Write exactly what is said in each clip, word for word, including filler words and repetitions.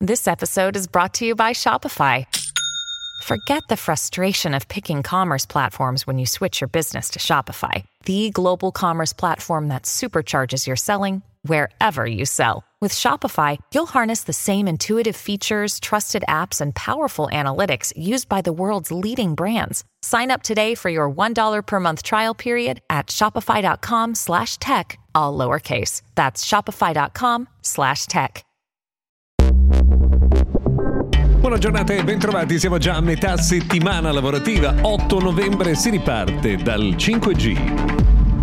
This episode is brought to you by Shopify. Forget the frustration of picking commerce platforms when you switch your business to Shopify, the global commerce platform that supercharges your selling wherever you sell. With Shopify, you'll harness the same intuitive features, trusted apps, and powerful analytics used by the world's leading brands. Sign up today for your one dollar per month trial period at shopify.com slash tech, all lowercase. That's shopify.com slash tech. Buona giornata e bentrovati, siamo già a metà settimana lavorativa, otto novembre si riparte dal cinque G.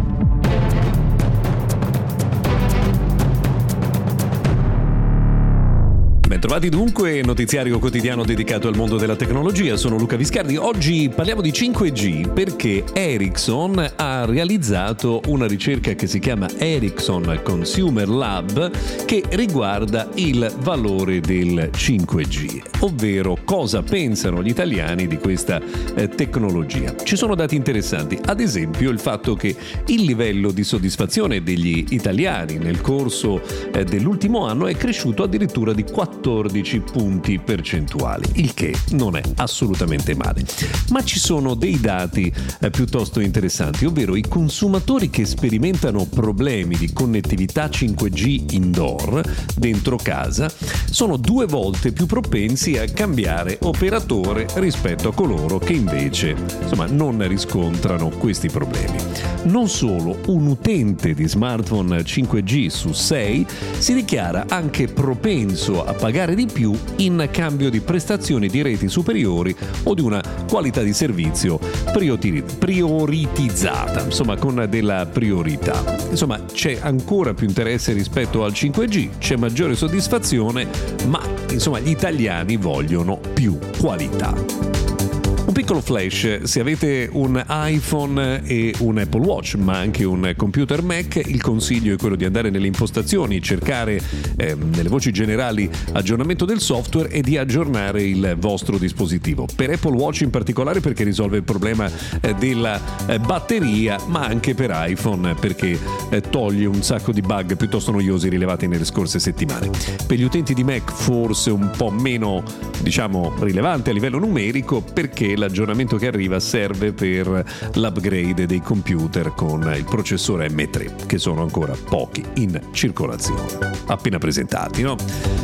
Bentrovati dunque, notiziario quotidiano dedicato al mondo della tecnologia, sono Luca Viscardi. Oggi parliamo di cinque G perché Ericsson ha realizzato una ricerca che si chiama Ericsson Consumer Lab che riguarda il valore del cinque G, ovvero cosa pensano gli italiani di questa eh, tecnologia. Ci sono dati interessanti, ad esempio il fatto che il livello di soddisfazione degli italiani nel corso eh, dell'ultimo anno è cresciuto addirittura di quattordici punti percentuali, il che non è assolutamente male. Ma ci sono dei dati eh, piuttosto interessanti, ovvero i consumatori che sperimentano problemi di connettività cinque G indoor, dentro casa, sono due volte più propensi a cambiare operatore rispetto a coloro che invece, insomma, non riscontrano questi problemi. Non solo, un utente di smartphone cinque G su sei si dichiara anche propenso a pagare di più in cambio di prestazioni di reti superiori o di una qualità di servizio priori- prioritizzata, insomma con della priorità. Insomma, c'è ancora più interesse rispetto al cinque G, c'è maggiore soddisfazione, ma insomma gli italiani vogliono più qualità. Un piccolo flash: se avete un iPhone e un Apple Watch ma anche un computer Mac, il consiglio è quello di andare nelle impostazioni, cercare eh, nelle voci generali aggiornamento del software e di aggiornare il vostro dispositivo. Per Apple Watch in particolare perché risolve il problema eh, della eh, batteria, ma anche per iPhone perché eh, toglie un sacco di bug piuttosto noiosi rilevati nelle scorse settimane. Per gli utenti di Mac forse un po' meno, diciamo, rilevante a livello numerico perché l'aggiornamento che arriva serve per l'upgrade dei computer con il processore M tre, che sono ancora pochi in circolazione, appena presentati, no?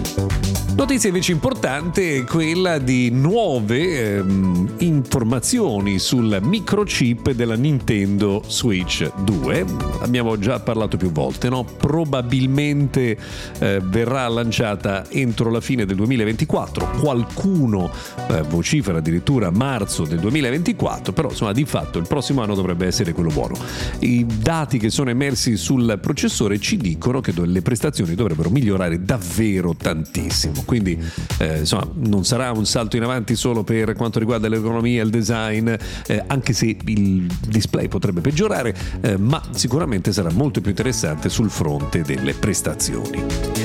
Notizia invece importante è quella di nuove ehm, informazioni sul microchip della Nintendo Switch due. Abbiamo già parlato più volte, no? Probabilmente eh, verrà lanciata entro la fine del duemilaventiquattro. Qualcuno eh, vocifera addirittura marzo del duemilaventiquattro, però insomma di fatto il prossimo anno dovrebbe essere quello buono. I dati che sono emersi sul processore ci dicono che le prestazioni dovrebbero migliorare davvero tantissimo. Quindi eh, insomma non sarà un salto in avanti solo per quanto riguarda l'ergonomia e il design, eh, anche se il display potrebbe peggiorare, eh, ma sicuramente sarà molto più interessante sul fronte delle prestazioni.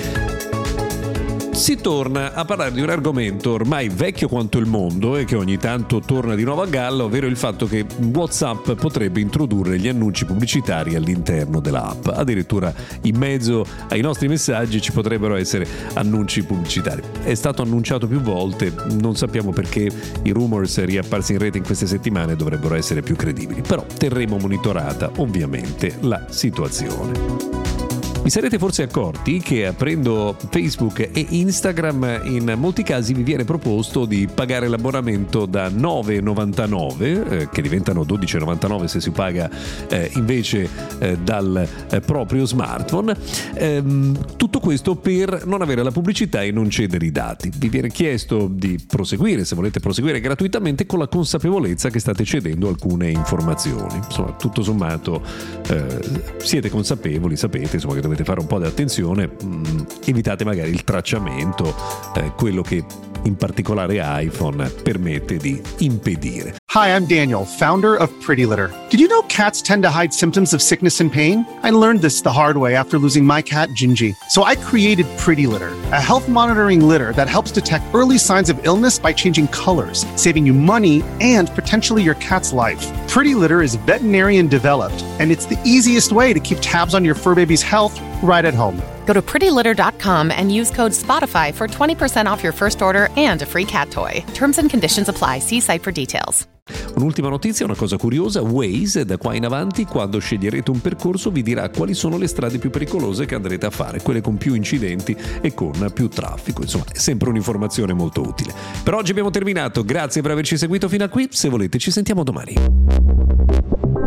Si torna a parlare di un argomento ormai vecchio quanto il mondo e che ogni tanto torna di nuovo a galla, ovvero il fatto che WhatsApp potrebbe introdurre gli annunci pubblicitari all'interno dell'app. Addirittura in mezzo ai nostri messaggi ci potrebbero essere annunci pubblicitari. È stato annunciato più volte, non sappiamo perché i rumors riapparsi in rete in queste settimane dovrebbero essere più credibili, però terremo monitorata ovviamente la situazione. Vi sarete forse accorti che aprendo Facebook e Instagram in molti casi vi viene proposto di pagare l'abbonamento da nove e novantanove, eh, che diventano dodici e novantanove se si paga eh, invece eh, dal eh, proprio smartphone. Ehm, tutto questo per non avere la pubblicità e non cedere i dati. Vi viene chiesto di proseguire, se volete proseguire gratuitamente, con la consapevolezza che state cedendo alcune informazioni. Insomma, tutto sommato eh, siete consapevoli, sapete insomma che dovete fare un po' di attenzione, mh, evitate magari il tracciamento, eh, quello che in particolare iPhone permette di impedire. Hi, I'm Daniel, founder of Pretty Litter. Did you know cats tend to hide symptoms of sickness and pain? I learned this the hard way after losing my cat, Gingy. So I created Pretty Litter, a health monitoring litter that helps detect early signs of illness by changing colors, saving you money and potentially your cat's life. Pretty Litter is veterinarian developed, and it's the easiest way to keep tabs on your fur baby's health right at home. Go to pretty litter dot com and use code Spotify for twenty percent off your first order and a free cat toy. Terms and conditions apply. See site for details. Un'ultima notizia, una cosa curiosa: Waze da qua in avanti, quando sceglierete un percorso, vi dirà quali sono le strade più pericolose che andrete a fare, quelle con più incidenti e con più traffico. Insomma, è sempre un'informazione molto utile. Per oggi abbiamo terminato, grazie per averci seguito fino a qui. Se volete ci sentiamo domani.